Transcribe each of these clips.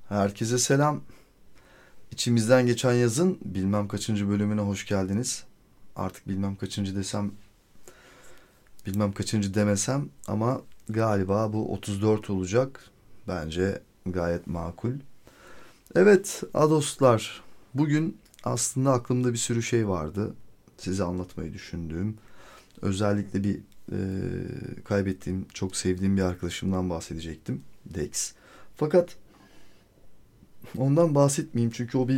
Herkese selam. İçimizden geçen yazın bilmem kaçıncı bölümüne hoş geldiniz. Artık bilmem kaçıncı desem, bilmem kaçıncı demesem ama galiba bu 34 olacak. Bence gayet makul. Evet, adostlar. Bugün aslında aklımda bir sürü şey vardı. Size anlatmayı düşündüğüm. Özellikle bir e, kaybettiğim, çok sevdiğim bir arkadaşımdan bahsedecektim. Dex. Fakat ondan bahsetmeyeyim çünkü o bir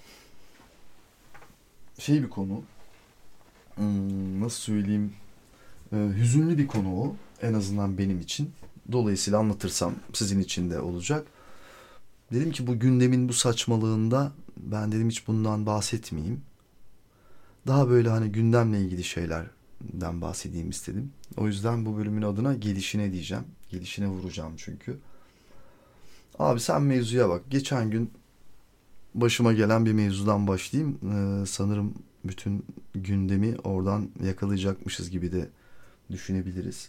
bir konu. Nasıl söyleyeyim? Hüzünlü bir konu o. En azından benim için. Dolayısıyla anlatırsam sizin için de olacak. Dedim ki bu gündemin bu saçmalığında ben dedim hiç bundan bahsetmeyeyim. Daha böyle hani gündemle ilgili şeylerden bahsedeyim istedim. O yüzden bu bölümün adına gelişine diyeceğim. Gelişine vuracağım çünkü. Abi sen mevzuya bak. Geçen gün başıma gelen bir mevzudan başlayayım. Sanırım bütün gündemi oradan yakalayacakmışız gibi de düşünebiliriz.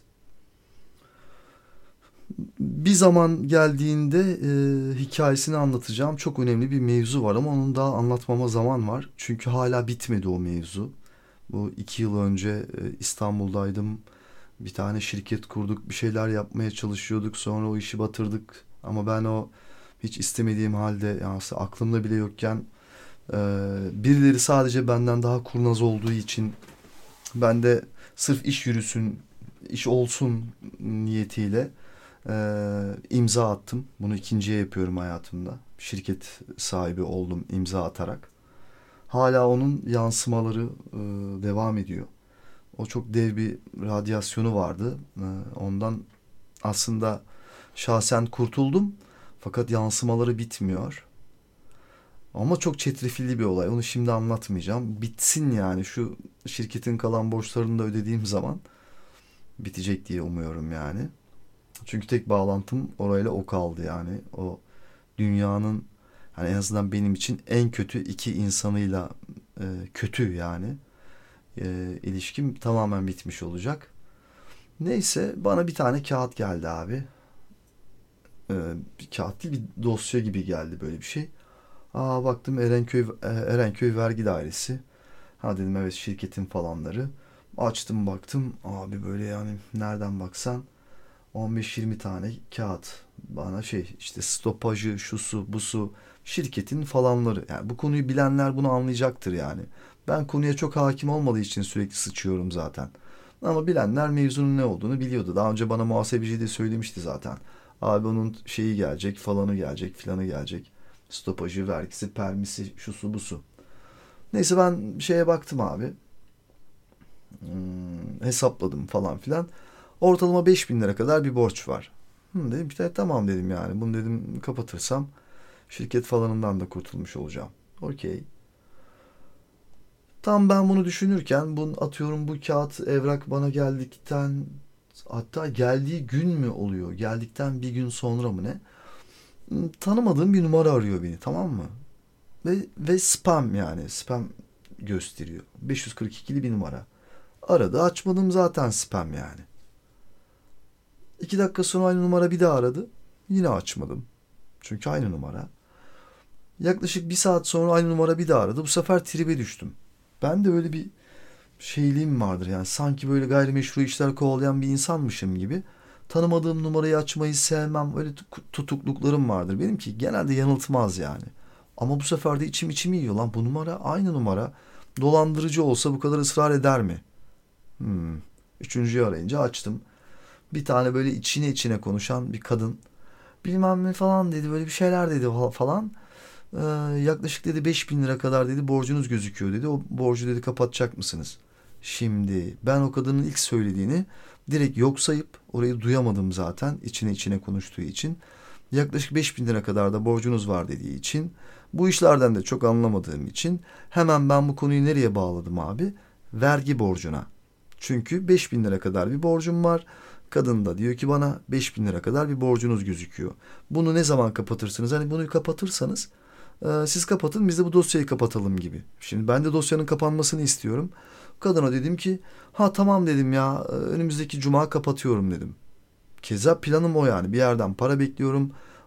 Bir zaman geldiğinde hikayesini anlatacağım çok önemli bir mevzu var ama onun daha anlatmama zaman var. Çünkü hala bitmedi o mevzu. Bu 2 yıl önce İstanbul'daydım. Bir tane şirket kurduk, bir şeyler yapmaya çalışıyorduk. Sonra o işi batırdık. Ama ben o hiç istemediğim halde, yani aslında aklımda bile yokken e, birileri sadece benden daha kurnaz olduğu için ben de sırf iş yürüsün, iş olsun niyetiyle imza attım. Bunu ikinciye yapıyorum hayatımda. Şirket sahibi oldum imza atarak. Hala onun yansımaları devam ediyor. O çok dev bir radyasyonu vardı. Ondan aslında şahsen kurtuldum. Fakat yansımaları bitmiyor. Ama çok çetrefilli bir olay. Onu şimdi anlatmayacağım. Bitsin yani şu şirketin kalan borçlarını da ödediğim zaman bitecek diye umuyorum yani. Çünkü tek bağlantım orayla o kaldı yani. O dünyanın hani en azından benim için en kötü iki insanıyla kötü yani ilişkim tamamen bitmiş olacak. Neyse bana bir tane kağıt geldi abi. Bir kağıt değil bir dosya gibi geldi böyle bir şey. Aa baktım Erenköy Vergi Dairesi. Ha dedim evet şirketin falanları. Açtım baktım abi böyle yani nereden baksan 15-20 tane kağıt. Bana işte stopajı, şusu, busu, şirketin falanları. Yani bu konuyu bilenler bunu anlayacaktır yani. Ben konuya çok hakim olmadığı için sürekli sıçıyorum zaten. Ama bilenler mevzunun ne olduğunu biliyordu. Daha önce bana muhasebeci de söylemişti zaten. Abi onun şeyi gelecek, falanı gelecek, filanı gelecek. Stopajı, vergisi, permisi, şusu, busu. Neyse ben şeye baktım abi. Hesapladım falan filan. Ortalama 5.000 lira kadar bir borç var. Dedim işte tamam dedim yani. Bunu dedim kapatırsam şirket falanından da kurtulmuş olacağım. Okey. Tam ben bunu düşünürken atıyorum bu kağıt evrak bana geldikten hatta geldiği gün mü oluyor? Geldikten bir gün sonra mı ne? Tanımadığım bir numara arıyor beni, tamam mı? Ve spam yani spam gösteriyor. 542'li bir numara. Aradı, açmadım, zaten spam yani. 2 dakika sonra aynı numara bir daha aradı. Yine açmadım. Çünkü aynı numara. Yaklaşık 1 saat sonra aynı numara bir daha aradı. Bu sefer tribe düştüm. Ben de öyle bir şeyliğim vardır yani. Sanki böyle gayrimeşru işler kovalayan bir insanmışım gibi. Tanımadığım numarayı açmayı sevmem. Öyle tutukluklarım vardır. Benimki genelde yanıltmaz yani. Ama bu sefer de içimi yiyor. Lan bu numara aynı numara. Dolandırıcı olsa bu kadar ısrar eder mi? Hmm. Üçüncüyü arayınca açtım. Bir tane böyle içine konuşan bir kadın. Bilmem ne falan dedi, böyle bir şeyler dedi falan. Ee, Yaklaşık dedi 5.000 lira kadar dedi borcunuz gözüküyor dedi. O borcu dedi kapatacak mısınız? Şimdi ben o kadının ilk söylediğini direkt yok sayıp orayı duyamadım zaten içine konuştuğu için. Yaklaşık 5.000 lira kadar da borcunuz var dediği için bu işlerden de çok anlamadığım için hemen ben bu konuyu nereye bağladım abi? Vergi borcuna. Çünkü 5.000 lira kadar bir borcum var. Kadın da diyor ki bana 5.000 lira kadar bir borcunuz gözüküyor. Bunu ne zaman kapatırsınız? Hani bunu kapatırsanız siz kapatın, biz de bu dosyayı kapatalım gibi. Şimdi ben de dosyanın kapanmasını istiyorum. Kadına dedim ki ha tamam dedim ya önümüzdeki cuma kapatıyorum dedim. Keza planım o yani, bir yerden para bekliyorum.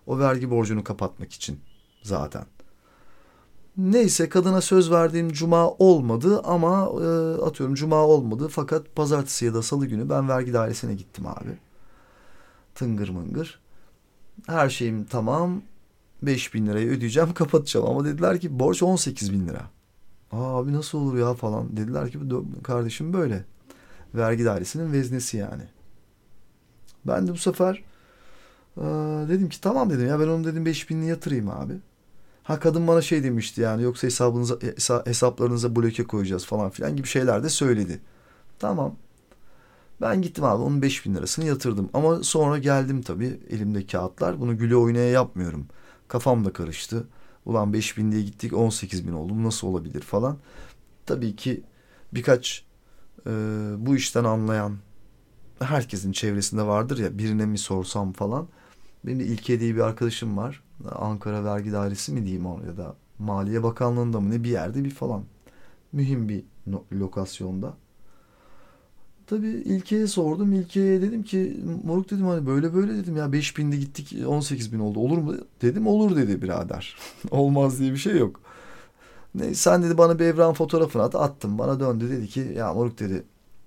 O vergi borcunu kapatmak için zaten. Neyse kadına söz verdiğim cuma olmadı ama atıyorum cuma olmadı fakat pazartesi ya da salı günü ben vergi dairesine gittim abi. Tıngır mıngır. Her şeyim tamam. 5.000 lirayı ödeyeceğim, kapatacağım ama dediler ki borç 18.000 lira. Abi nasıl olur ya falan. Dediler ki kardeşim böyle. Vergi dairesinin veznesi yani. Ben de bu sefer e, dedim ki tamam dedim ya ben onu dedim 5.000'li yatırayım abi. Ha kadın bana şey demişti yani yoksa hesaplarınıza bloke koyacağız falan filan gibi şeyler de söyledi. Tamam. Ben gittim abi onun 5.000 lirasını yatırdım. Ama sonra geldim tabii elimde kağıtlar. Bunu güle oynaya yapmıyorum. Kafam da karıştı. Ulan 5.000 diye gittik 18.000 oldu. Nasıl olabilir falan. Tabii ki birkaç e, bu işten anlayan herkesin çevresinde vardır ya birine mi sorsam falan. Benim de İlke diye bir arkadaşım var. Ankara Vergi Dairesi mi diyeyim onu ya da Maliye Bakanlığı'nda mı ne bir yerde bir falan. Mühim bir lokasyonda. Tabii İlke'ye sordum. İlke'ye dedim ki moruk dedim hani böyle böyle dedim ya 5.000'de gittik 18.000 oldu olur mu dedim olur dedi birader. Olmaz diye bir şey yok. Ne, sen dedi bana bir evrak fotoğrafını attım bana döndü dedi ki ya moruk dedi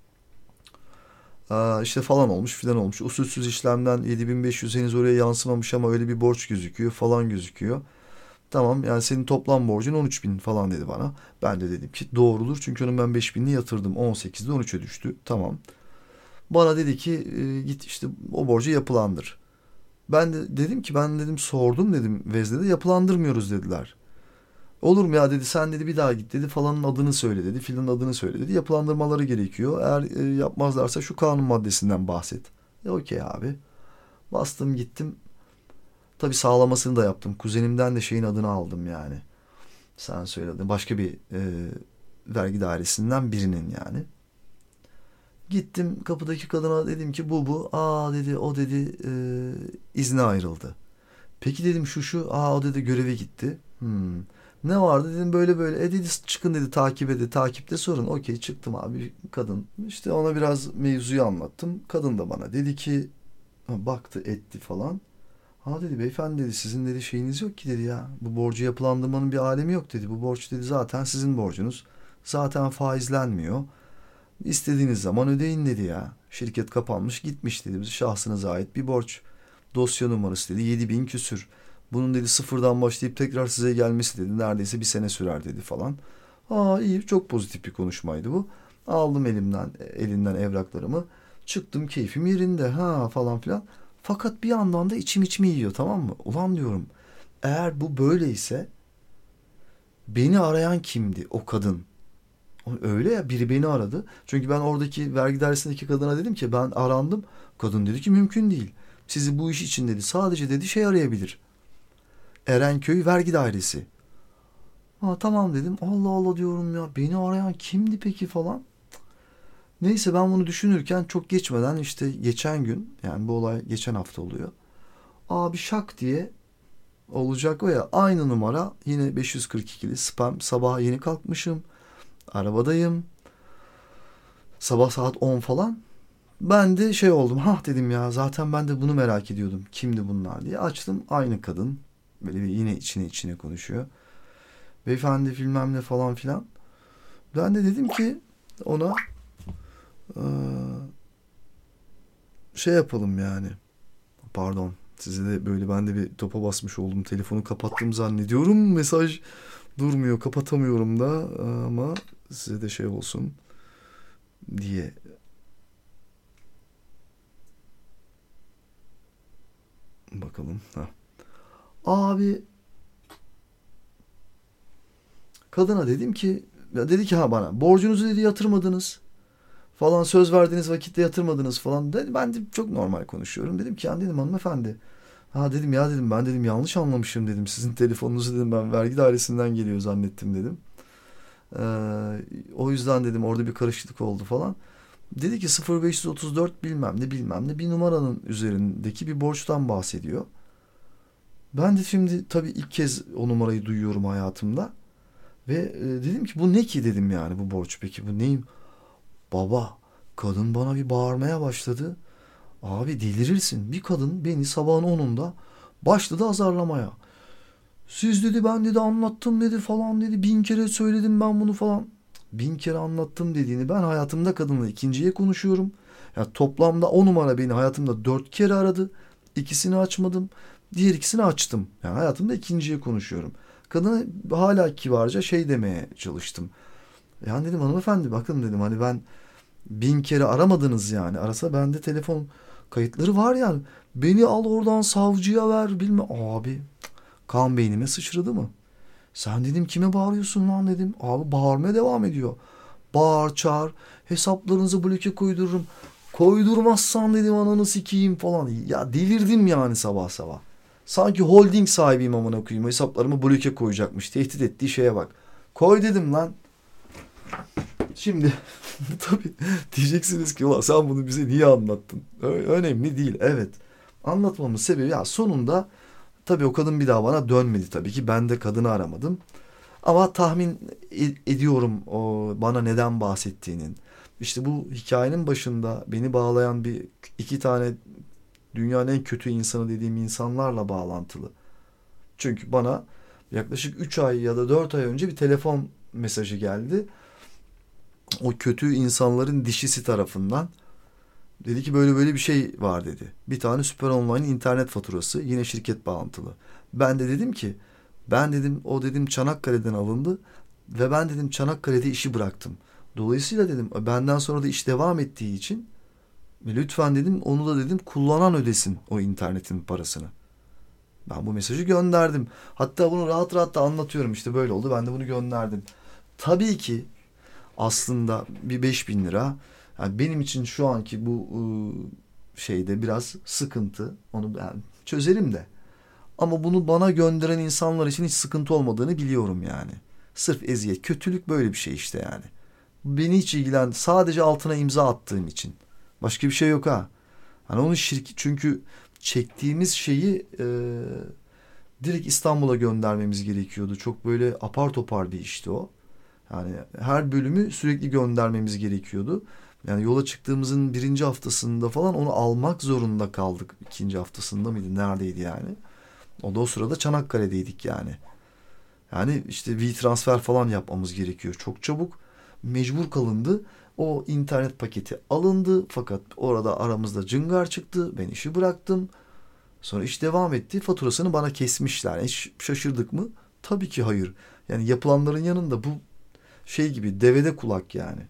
işte falan olmuş filan olmuş usulsüz işlemden 7.500 henüz oraya yansımamış ama öyle bir borç gözüküyor falan gözüküyor. Tamam yani senin toplam borcun 13.000 falan dedi bana. Ben de dedim ki doğrudur çünkü onun ben 5.000'ini yatırdım 18'de 13'e düştü tamam. Bana dedi ki git işte o borcu yapılandır. Ben de dedim ki ben dedim sordum dedim veznede yapılandırmıyoruz dediler. Olur mu ya dedi sen dedi bir daha git dedi falanın adını söyle dedi filanın adını söyle dedi. Yapılandırmaları gerekiyor. Eğer yapmazlarsa şu kanun maddesinden bahset. Okey abi. Bastım gittim. Tabii sağlamasını da yaptım. Kuzenimden de şeyin adını aldım yani. Sen söyledin. Başka bir vergi dairesinden birinin yani. Gittim kapıdaki kadına dedim ki bu. Aa dedi o dedi izne ayrıldı. Peki dedim şu. Aa o dedi göreve gitti. Ne vardı dedim böyle böyle. Dedi çıkın dedi takip edin. Takipte sorun. Okey çıktım abi kadın. İşte ona biraz mevzuyu anlattım. Kadın da bana dedi ki baktı etti falan. Ha dedi beyefendi dedi sizin dedi şeyiniz yok ki dedi ya. Bu borcu yapılandırmanın bir alemi yok dedi. Bu borç dedi zaten sizin borcunuz. Zaten faizlenmiyor. İstediğiniz zaman ödeyin dedi ya. Şirket kapanmış gitmiş dedi. Şahsınıza ait bir borç. Dosya numarası dedi 7.000 küsür. Bunun dedi sıfırdan başlayıp tekrar size gelmesi dedi. Neredeyse bir sene sürer dedi falan. Aa iyi çok pozitif bir konuşmaydı bu. Aldım elinden evraklarımı. Çıktım keyfim yerinde ha falan filan. Fakat bir yandan da içimi yiyor tamam mı? Ulan diyorum eğer bu böyleyse beni arayan kimdi o kadın? Öyle ya biri beni aradı. Çünkü ben oradaki vergi dairesindeki kadına dedim ki ben arandım. Kadın dedi ki mümkün değil. Sizi bu iş için dedi sadece dedi şey arayabilir. Erenköy Vergi Dairesi. Ha tamam dedim. Allah Allah diyorum ya beni arayan kimdi peki falan. Neyse ben bunu düşünürken çok geçmeden işte geçen gün yani bu olay geçen hafta oluyor. Abi şak diye olacak o ya aynı numara yine 542'li spam sabah yeni kalkmışım. Arabadayım. Sabah saat 10 falan. Ben de şey oldum. Ha dedim ya zaten ben de bunu merak ediyordum. Kimdi bunlar diye. Açtım aynı kadın. Böyle bir yine içine konuşuyor. Beyefendi bilmem ne falan filan. Ben de dedim ki ona eee, şey yapalım yani. Pardon. Size de böyle ben de bir topa basmış oldum. Telefonu kapattım zannediyorum. Mesaj durmuyor. Kapatamıyorum da ama size de şey olsun diye. Bakalım. Ha. Abi kadına dedim ki ya dedi ki ha bana borcunuzu dedi yatırmadınız falan söz verdiğiniz vakitte yatırmadınız falan dedi. Ben de çok normal konuşuyorum. Dedim ki ya dedim hanımefendi. Ha dedim ya dedim ben dedim yanlış anlamışım dedim. Sizin telefonunuzu dedim ben vergi dairesinden geliyor zannettim dedim. O yüzden dedim orada bir karışıklık oldu falan. Dedi ki 0534 bilmem ne bir numaranın üzerindeki bir borçtan bahsediyor. Ben de şimdi tabii ilk kez o numarayı duyuyorum hayatımda. Ve dedim ki bu ne ki dedim yani bu borç peki bu neyim? Baba kadın bana bir bağırmaya başladı. Abi delirirsin bir kadın beni sabahın 10'unda Başladı azarlamaya. Siz dedi, ben dedi anlattım dedi falan dedi. 1000 kere söyledim ben bunu falan. 1000 kere anlattım dediğini, ben hayatımda kadınla ikinciye konuşuyorum. Ya toplamda o numara beni hayatımda 4 kere aradı. İkisini açmadım. Diğer ikisini açtım. Yani hayatımda ikinciye konuşuyorum. Kadına hala kibarca şey demeye çalıştım. Yani dedim, hanımefendi bakın dedim, hani ben 1000 kere aramadınız yani. Arasa bende telefon kayıtları var yani. Beni al oradan savcıya ver bilmem. Abi kan beynime sıçradı mı? Sen dedim kime bağırıyorsun lan dedim. Abi bağırmaya devam ediyor. Bağır çağır. Hesaplarınızı bloke koydururum. Koydurmazsan dedim ananı sikeyim falan. Ya delirdim yani sabah sabah. Sanki holding sahibiyim amına koyayım. Hesaplarımı bloke koyacakmış. Tehdit ettiği şeye bak. Koy dedim lan. Şimdi tabii diyeceksiniz ki ulan sen bunu bize niye anlattın? Önemli değil. Evet. Anlatmamın sebebi ya sonunda tabii o kadın bir daha bana dönmedi tabii ki. Ben de kadını aramadım. Ama tahmin ediyorum o bana neden bahsettiğinin. İşte bu hikayenin başında beni bağlayan bir iki tane dünyanın en kötü insanı dediğim insanlarla bağlantılı. Çünkü bana yaklaşık 3 ay ya da 4 ay önce bir telefon mesajı geldi. O kötü insanların dişisi tarafından. Dedi ki böyle böyle bir şey var dedi. Bir tane Süper Online internet faturası, yine şirket bağlantılı. Ben de dedim ki, ben dedim o dedim Çanakkale'den alındı ve ben dedim Çanakkale'de işi bıraktım. Dolayısıyla dedim benden sonra da iş devam ettiği için lütfen dedim onu da dedim kullanan ödesin o internetin parasını. Ben bu mesajı gönderdim. Hatta bunu rahat rahat da anlatıyorum, işte böyle oldu, ben de bunu gönderdim. Tabii ki aslında bir 5.000 lira. Yani benim için şu anki bu şeyde biraz sıkıntı. Onu ben çözerim de. Ama bunu bana gönderen insanlar için hiç sıkıntı olmadığını biliyorum yani. Sırf eziyet, kötülük böyle bir şey işte yani. Beni hiç ilgilen, sadece altına imza attığım için. Başka bir şey yok ha. Hani onun şirki, çünkü çektiğimiz şeyi direkt İstanbul'a göndermemiz gerekiyordu. Çok böyle apar topar bir işti o. Yani her bölümü sürekli göndermemiz gerekiyordu. Yani yola çıktığımızın birinci haftasında falan onu almak zorunda kaldık. İkinci haftasında mıydı? Neredeydi yani? O da o sırada Çanakkale'deydik yani. Yani işte V-transfer falan yapmamız gerekiyor. Çok çabuk mecbur kalındı. O internet paketi alındı. Fakat orada aramızda cıngar çıktı. Ben işi bıraktım. Sonra iş devam etti. Faturasını bana kesmişler. Yani hiç şaşırdık mı? Tabii ki hayır. Yani yapılanların yanında bu şey gibi devede kulak yani.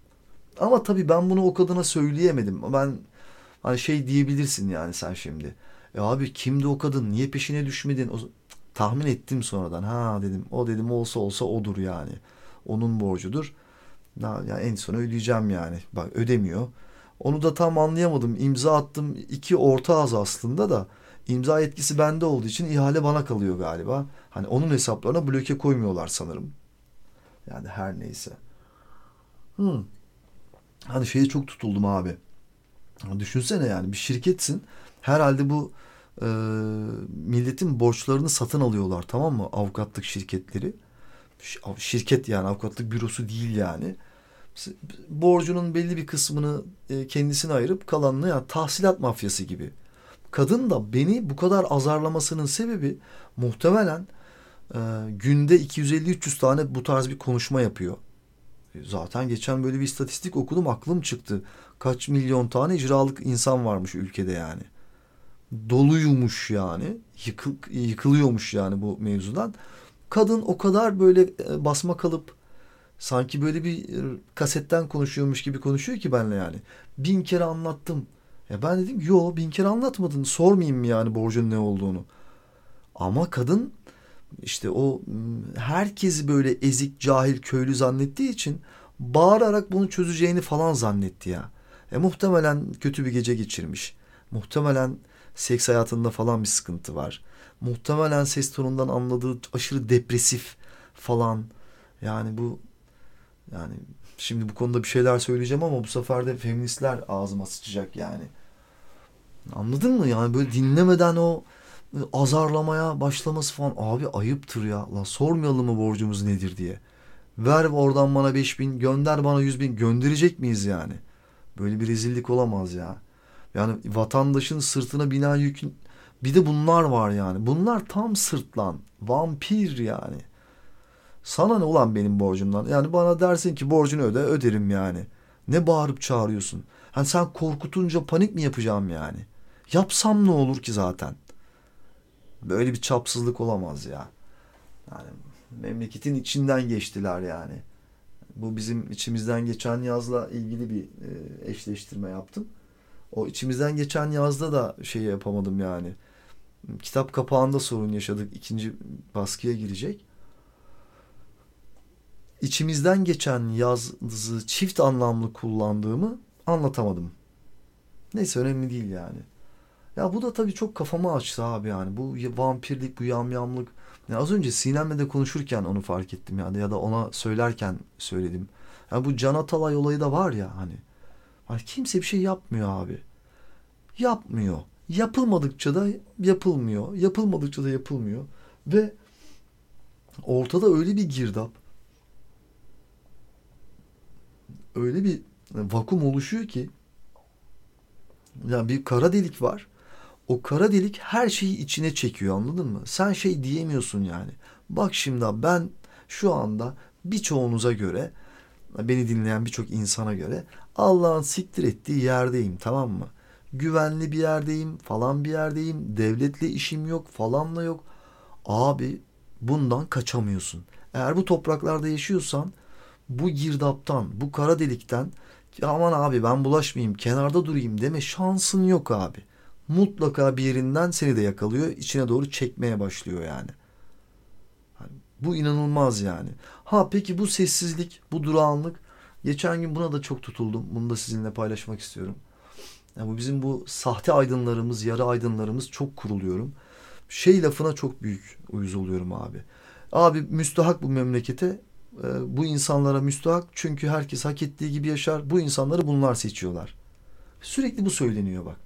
Ama tabii ben bunu o kadına söyleyemedim. Ben hani şey diyebilirsin yani sen şimdi. E abi kimdi o kadın? Niye peşine düşmedin? Tahmin ettim sonradan. Ha dedim. O dedim olsa olsa odur yani. Onun borcudur. Ya en son ödeyeceğim yani. Bak ödemiyor. Onu da tam anlayamadım. İmza attım. İki orta ağız aslında da. İmza etkisi bende olduğu için ihale bana kalıyor galiba. Hani onun hesaplarına bloke koymuyorlar sanırım. Yani her neyse. Hmm. Hani şeye çok tutuldum abi. Düşünsene yani bir şirketsin. Herhalde bu e, milletin borçlarını satın alıyorlar, tamam mı? Avukatlık şirketleri. Şirket yani avukatlık bürosu değil yani. Borcunun belli bir kısmını kendisine ayırıp kalanını yani tahsilat mafyası gibi. Kadın da beni bu kadar azarlamasının sebebi muhtemelen günde 250-300 tane bu tarz bir konuşma yapıyor. Zaten geçen böyle bir istatistik okudum, aklım çıktı. Kaç milyon tane icralık insan varmış ülkede yani. Doluymuş yani. Yıkılıyormuş yani bu mevzudan. Kadın o kadar böyle basma kalıp sanki böyle bir kasetten konuşuyormuş gibi konuşuyor ki benle yani. 1000 kere anlattım. Ya ben dedim yo 1000 kere anlatmadın. Sormayayım mı yani borcun ne olduğunu. Ama kadın işte o herkesi böyle ezik, cahil, köylü zannettiği için bağırarak bunu çözeceğini falan zannetti ya. Muhtemelen kötü bir gece geçirmiş. Muhtemelen seks hayatında falan bir sıkıntı var. Muhtemelen ses tonundan anladığı aşırı depresif falan. Yani bu yani şimdi bu konuda bir şeyler söyleyeceğim ama bu sefer de feministler ağzıma sıçacak yani. Anladın mı? Yani böyle dinlemeden o azarlamaya başlaması falan. Abi ayıptır ya. Lan sormayalım mı borcumuz nedir diye. Ver oradan bana 5.000, gönder bana 100.000. Gönderecek miyiz yani? Böyle bir rezillik olamaz ya. Yani vatandaşın sırtına bina yükün Bir de bunlar var yani. Bunlar tam sırtlan. Vampir yani. Sana ne ulan benim borcumdan? Yani bana dersin ki borcunu öde, öderim yani. Ne bağırıp çağırıyorsun? Hani sen korkutunca panik mi yapacağım yani? Yapsam ne olur ki zaten? Böyle bir çapsızlık olamaz ya. Yani memleketin içinden geçtiler yani. Bu bizim içimizden geçen yazla ilgili bir eşleştirme yaptım. O içimizden geçen yazda da şey yapamadım yani. Kitap kapağında sorun yaşadık. İkinci baskıya girecek. İçimizden geçen yazı çift anlamlı kullandığımı anlatamadım. Neyse önemli değil yani. Ya bu da tabii çok kafamı açtı abi yani. Bu vampirlik, bu yamyamlık. Ya az önce Sinem'le de konuşurken onu fark ettim yani. Ya da ona söylerken söyledim. Ya bu Can Atalay olayı da var ya hani. Hani kimse bir şey yapmıyor abi. Yapmıyor. Yapılmadıkça da yapılmıyor. Yapılmadıkça da yapılmıyor. Ve ortada öyle bir girdap, öyle bir vakum oluşuyor ki yani bir kara delik var. O kara delik her şeyi içine çekiyor, anladın mı? Sen şey diyemiyorsun yani. Bak şimdi abi, ben şu anda birçoğunuza göre, beni dinleyen birçok insana göre Allah'ın siktir ettiği yerdeyim, tamam mı? Güvenli bir yerdeyim, falan bir yerdeyim. Devletle işim yok, falanla yok. Abi bundan kaçamıyorsun. Eğer bu topraklarda yaşıyorsan bu girdaptan, bu kara delikten aman abi ben bulaşmayayım, kenarda durayım deme şansın yok abi. Mutlaka bir yerinden seni de yakalıyor, içine doğru çekmeye başlıyor yani. Hani bu inanılmaz yani. Ha peki bu sessizlik, bu durağanlık, geçen gün buna da çok tutuldum. Bunu da sizinle paylaşmak istiyorum. Yani bu bizim bu sahte aydınlarımız, yarı aydınlarımız çok kuruluyorum. Şey lafına çok büyük uyuz oluyorum abi. Abi müstahak bu memlekete, bu insanlara müstahak çünkü herkes hak ettiği gibi yaşar. Bu insanları bunlar seçiyorlar. Sürekli bu söyleniyor bak.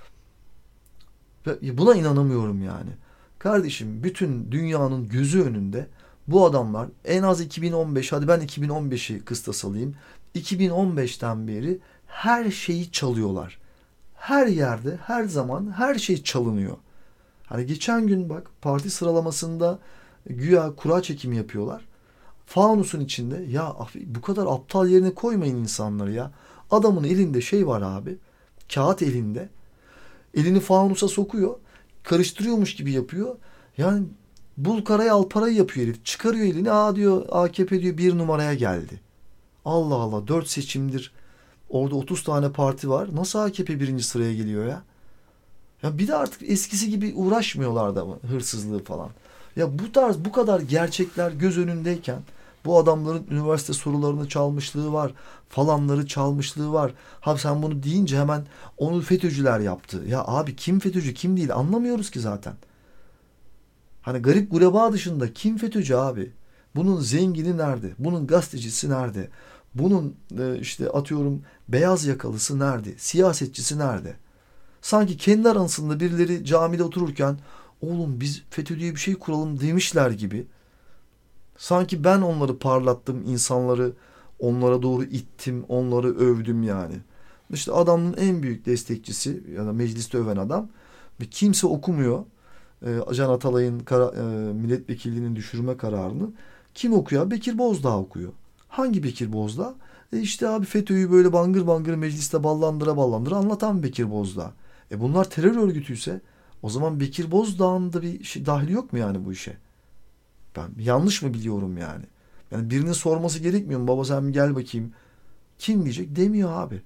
Ve buna inanamıyorum yani. Kardeşim bütün dünyanın gözü önünde bu adamlar en az 2015, hadi ben 2015'i kıstas alayım. 2015'ten beri her şeyi çalıyorlar. Her yerde, her zaman her şey çalınıyor. Hani geçen gün bak parti sıralamasında güya kura çekimi yapıyorlar. Fanusun içinde ya bu kadar aptal yerine koymayın insanları ya. Adamın elinde şey var abi. Kağıt elinde. Elini fanusa sokuyor. Karıştırıyormuş gibi yapıyor. Yani bul karayı al parayı yapıyor herif. Çıkarıyor elini. Aa diyor AKP diyor bir numaraya geldi. Allah Allah 4 seçimdir. Orada 30 tane parti var. Nasıl AKP birinci sıraya geliyor ya? Ya bir de artık eskisi gibi uğraşmıyorlar da mı hırsızlığı falan. Ya bu tarz bu kadar gerçekler göz önündeyken bu adamların üniversite sorularını çalmışlığı var. Falanları çalmışlığı var. Ha sen bunu deyince hemen onu FETÖ'cüler yaptı. Ya abi kim FETÖ'cü kim değil anlamıyoruz ki zaten. Hani garip gureba dışında kim FETÖ'cü abi? Bunun zengini nerede? Bunun gazetecisi nerede? Bunun işte atıyorum beyaz yakalısı nerede? Siyasetçisi nerede? Sanki kendi arasında birileri camide otururken oğlum biz FETÖ diye bir şey kuralım demişler gibi. Sanki ben onları parlattım, insanları onlara doğru ittim, onları övdüm yani. İşte adamın en büyük destekçisi ya da mecliste öven adam ve kimse okumuyor. Can Atalay'ın milletvekilliğinin düşürme kararını kim okuyor? Bekir Bozdağ okuyor. Hangi Bekir Bozdağ? İşte abi FETÖ'yü böyle bangır bangır mecliste ballandıra ballandıra anlatan Bekir Bozdağ. Bunlar terör örgütüyse o zaman Bekir Bozdağ'ın da bir şey dahili yok mu yani bu işe? Ben yanlış mı biliyorum yani? Yani birinin sorması gerekmiyor mu? Baba sen bir gel bakayım. Kim diyecek? Demiyor abi.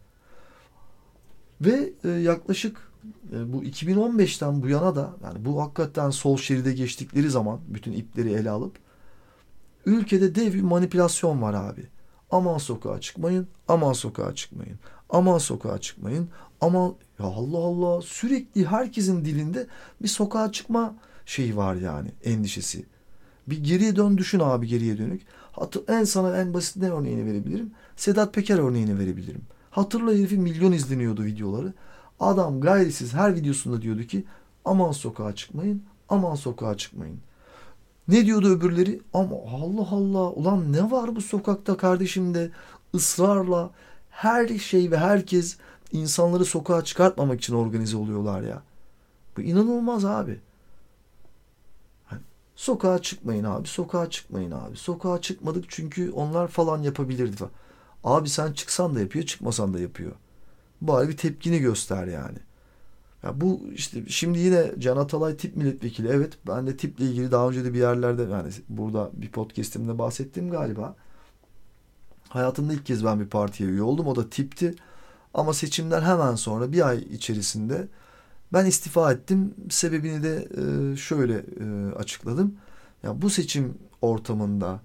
Ve yaklaşık bu 2015'ten bu yana da yani bu hakikaten sol şeride geçtikleri zaman bütün ipleri ele alıp ülkede dev bir manipülasyon var abi. Aman sokağa çıkmayın, aman sokağa çıkmayın, aman sokağa çıkmayın, aman ya Allah Allah sürekli herkesin dilinde bir sokağa çıkma şeyi var yani endişesi. Bir geriye dön düşün abi geriye dönük. En sana en basit ne örneğini verebilirim? Sedat Peker örneğini verebilirim. Hatırla herifin milyon izleniyordu videoları. Adam gayrisiz her videosunda diyordu ki aman sokağa çıkmayın, aman sokağa çıkmayın. Ne diyordu öbürleri? Ama Allah Allah ulan ne var bu sokakta kardeşim de ısrarla her şey ve herkes insanları sokağa çıkartmamak için organize oluyorlar ya. Bu inanılmaz abi. Hani sokağa çıkmayın abi, sokağa çıkmayın abi. Sokağa çıkmadık çünkü onlar falan yapabilirdi falan. Abi sen çıksan da yapıyor, çıkmasan da yapıyor. Bari bir tepkini göster yani. Ya bu işte şimdi yine Can Atalay tip milletvekili. Evet, ben de tiple ilgili daha önce de bir yerlerde, yani burada bir podcast'imde bahsettim galiba. Hayatımda ilk kez ben bir partiye üye oldum. O da tipti. Ama seçimden hemen sonra bir ay içerisinde ben istifa ettim. Sebebini de şöyle açıkladım. Ya bu seçim ortamında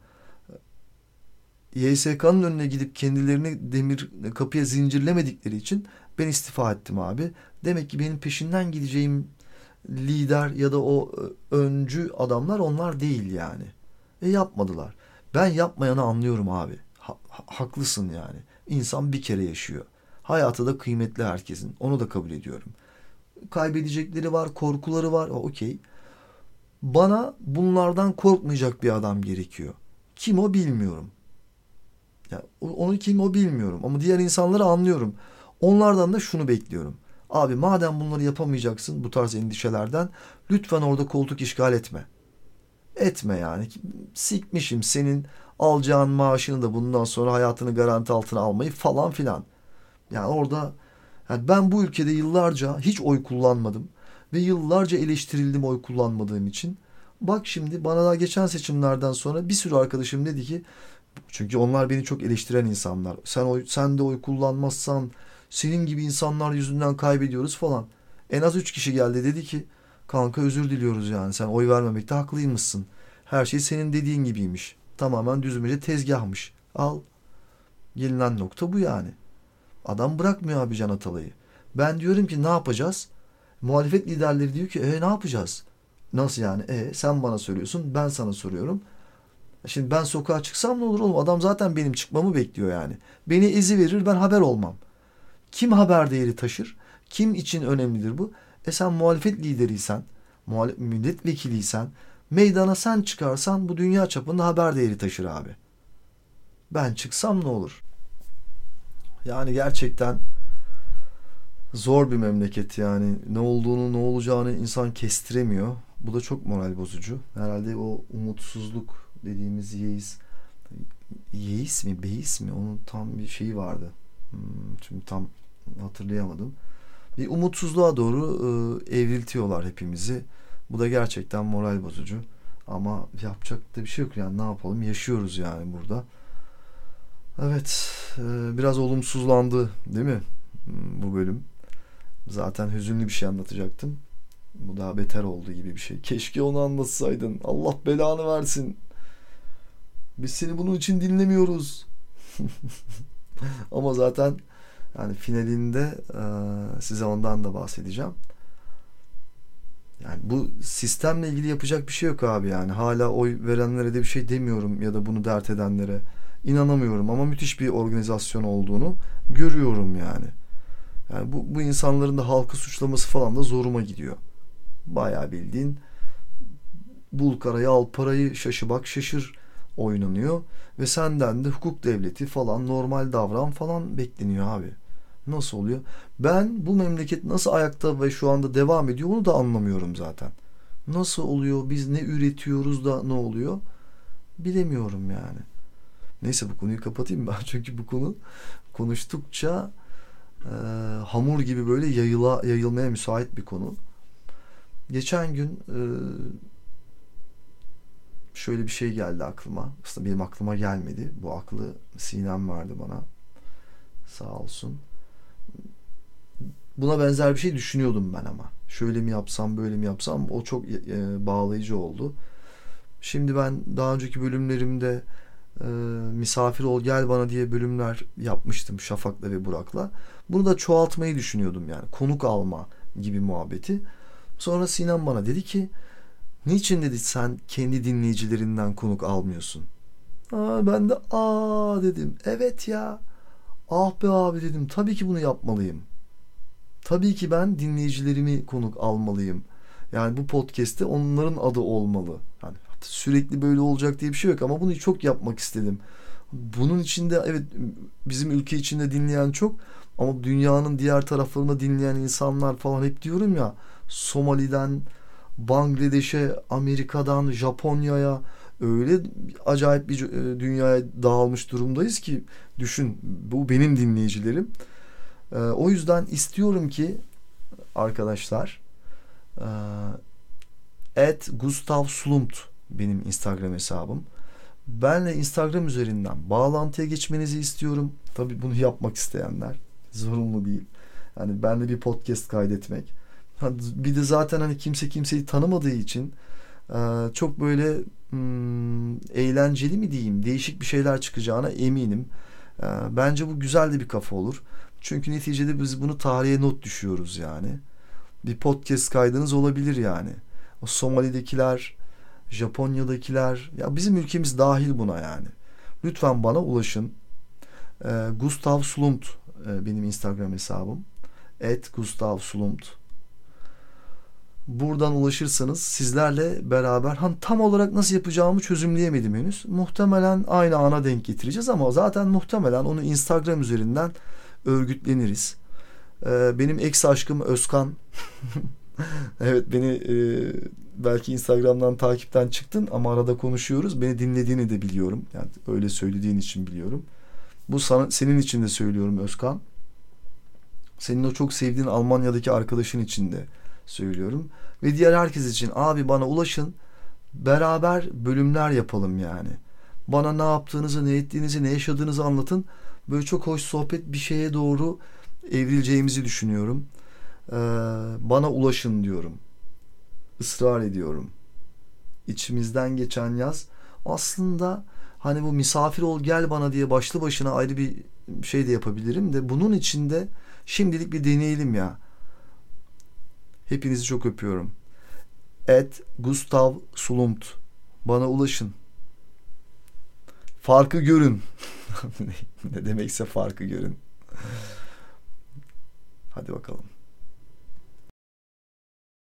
YSK'nın önüne gidip kendilerini demir kapıya zincirlemedikleri için ben istifa ettim abi. Demek ki benim peşinden gideceğim lider ya da o öncü adamlar onlar değil yani. Yapmadılar. Ben yapmayanı anlıyorum abi. Haklısın yani. İnsan bir kere yaşıyor. Hayatı da kıymetli herkesin. Onu da kabul ediyorum. Kaybedecekleri var, korkuları var. Okey. Bana bunlardan korkmayacak bir adam gerekiyor. Kim o bilmiyorum. Ya onu kim o bilmiyorum ama diğer insanları anlıyorum. Onlardan da şunu bekliyorum. Abi madem bunları yapamayacaksın bu tarz endişelerden, lütfen orada koltuk işgal etme. Etme yani. Sikmişim senin alacağın maaşını da bundan sonra hayatını garanti altına almayı falan filan. Yani orada, yani ben bu ülkede yıllarca hiç oy kullanmadım ve yıllarca eleştirildim oy kullanmadığım için. Bak şimdi bana daha geçen seçimlerden sonra bir sürü arkadaşım dedi ki, çünkü onlar beni çok eleştiren insanlar. Sen de oy kullanmazsan senin gibi insanlar yüzünden kaybediyoruz falan. En az 3 kişi geldi, dedi ki kanka özür diliyoruz yani sen oy vermemekte haklıymışsın. Her şey senin dediğin gibiymiş. Tamamen düzmece tezgahmış. Al. Gelinen nokta bu yani. Adam bırakmıyor abi Can Atalay'ı. Ben diyorum ki ne yapacağız? Muhalefet liderleri diyor ki ne yapacağız? Nasıl yani? Sen bana söylüyorsun, ben sana soruyorum. Şimdi ben sokağa çıksam ne olur oğlum? Adam zaten benim çıkmamı bekliyor yani. Beni ezi verir, ben haber olmam. Kim haber değeri taşır? Kim için önemlidir bu? Sen muhalefet lideriysen, milletvekiliysen, meydana sen çıkarsan bu dünya çapında haber değeri taşır abi. Ben çıksam ne olur? Yani gerçekten zor bir memleket yani. Ne olduğunu, ne olacağını insan kestiremiyor. Bu da çok moral bozucu. Herhalde o umutsuzluk dediğimiz yeis mi, beis mi? Onun tam bir şeyi vardı. Şimdi tam hatırlayamadım. Bir umutsuzluğa doğru evriltiyorlar hepimizi. Bu da gerçekten moral bozucu. Ama yapacak da bir şey yok yani, ne yapalım? Yaşıyoruz yani burada. Evet, biraz olumsuzlandı değil mi bu bölüm? Zaten hüzünlü bir şey anlatacaktım. Bu daha beter oldu gibi bir şey. Keşke onu anlatsaydın. Allah belanı versin. Biz seni bunun için dinlemiyoruz. Ama zaten yani finalinde size ondan da bahsedeceğim. Yani bu sistemle ilgili yapacak bir şey yok abi yani. Hala oy verenlere de bir şey demiyorum ya da bunu dert edenlere. İnanamıyorum ama müthiş bir organizasyon olduğunu görüyorum yani. Yani bu insanların da halkı suçlaması falan da zoruma gidiyor. Bayağı bildiğin bul karayı al parayı şaşı bak şaşır oynanıyor ve senden de hukuk devleti falan normal davran falan bekleniyor abi. Nasıl oluyor? Ben bu memleket nasıl ayakta ve şu anda devam ediyor onu da anlamıyorum zaten. Nasıl oluyor? Biz ne üretiyoruz da ne oluyor? Bilemiyorum yani. Neyse bu konuyu kapatayım ben çünkü bu konu konuştukça hamur gibi böyle yayılmaya müsait bir konu. Geçen gün şöyle bir şey geldi aklıma. Aslında benim aklıma gelmedi. Bu aklı Sinem verdi bana. Sağ olsun. Buna benzer bir şey düşünüyordum ben ama. Şöyle mi yapsam, böyle mi yapsam, o çok bağlayıcı oldu. Şimdi ben daha önceki bölümlerimde misafir ol gel bana diye bölümler yapmıştım Şafak'la ve Burak'la. Bunu da çoğaltmayı düşünüyordum yani. Konuk alma gibi muhabbeti. Sonra Sinem bana dedi ki niçin dedi sen kendi dinleyicilerinden konuk almıyorsun? Ben de dedim. Evet ya. Ah be abi dedim. Tabii ki bunu yapmalıyım. Tabii ki ben dinleyicilerimi konuk almalıyım. Yani bu podcast'te onların adı olmalı. Yani sürekli böyle olacak diye bir şey yok ama bunu çok yapmak istedim. Bunun içinde evet bizim ülke içinde dinleyen çok ama dünyanın diğer taraflarında dinleyen insanlar falan hep diyorum ya Somali'den Bangladeş'e, Amerika'dan Japonya'ya öyle acayip bir dünyaya dağılmış durumdayız ki düşün, bu benim dinleyicilerim. O yüzden istiyorum ki arkadaşlar, @Gustav Slumpt benim Instagram hesabım. Benle Instagram üzerinden bağlantıya geçmenizi istiyorum. Tabii bunu yapmak isteyenler, zorunlu değil. Yani benle bir podcast kaydetmek. Bir de zaten hani kimse kimseyi tanımadığı için çok böyle eğlenceli mi diyeyim, değişik bir şeyler çıkacağına eminim. Bence bu güzel de bir kafa olur. Çünkü neticede biz bunu tarihe not düşüyoruz yani. Bir podcast kaydınız olabilir yani. O Somali'dekiler, Japonya'dakiler, ya bizim ülkemiz dahil buna yani. Lütfen bana ulaşın. Gustav Slumpt benim Instagram hesabım. @Gustav Slumpt. Buradan ulaşırsanız sizlerle beraber, tam olarak nasıl yapacağımı çözümleyemedim henüz. Muhtemelen aynı ana denk getireceğiz ama zaten muhtemelen onu Instagram üzerinden örgütleniriz. Benim ex aşkım Özkan. Evet, beni belki Instagram'dan takipten çıktın ama arada konuşuyoruz. Beni dinlediğini de biliyorum. Yani öyle söylediğin için biliyorum. Bu senin için de söylüyorum Özkan. Senin o çok sevdiğin Almanya'daki arkadaşın için de söylüyorum. Ve diğer herkes için, abi bana ulaşın. Beraber bölümler yapalım yani. Bana ne yaptığınızı, ne ettiğinizi, ne yaşadığınızı anlatın. Böyle çok hoş sohbet bir şeye doğru evrileceğimizi düşünüyorum. Bana ulaşın diyorum. Israr ediyorum. İçimizden geçen yaz. Aslında hani bu misafir ol gel bana diye başlı başına ayrı bir şey de yapabilirim de bunun içinde şimdilik bir deneyelim ya. Hepinizi çok öpüyorum. @Gustav Slumpt. Bana ulaşın. Farkı görün. Ne demekse farkı görün. Hadi bakalım.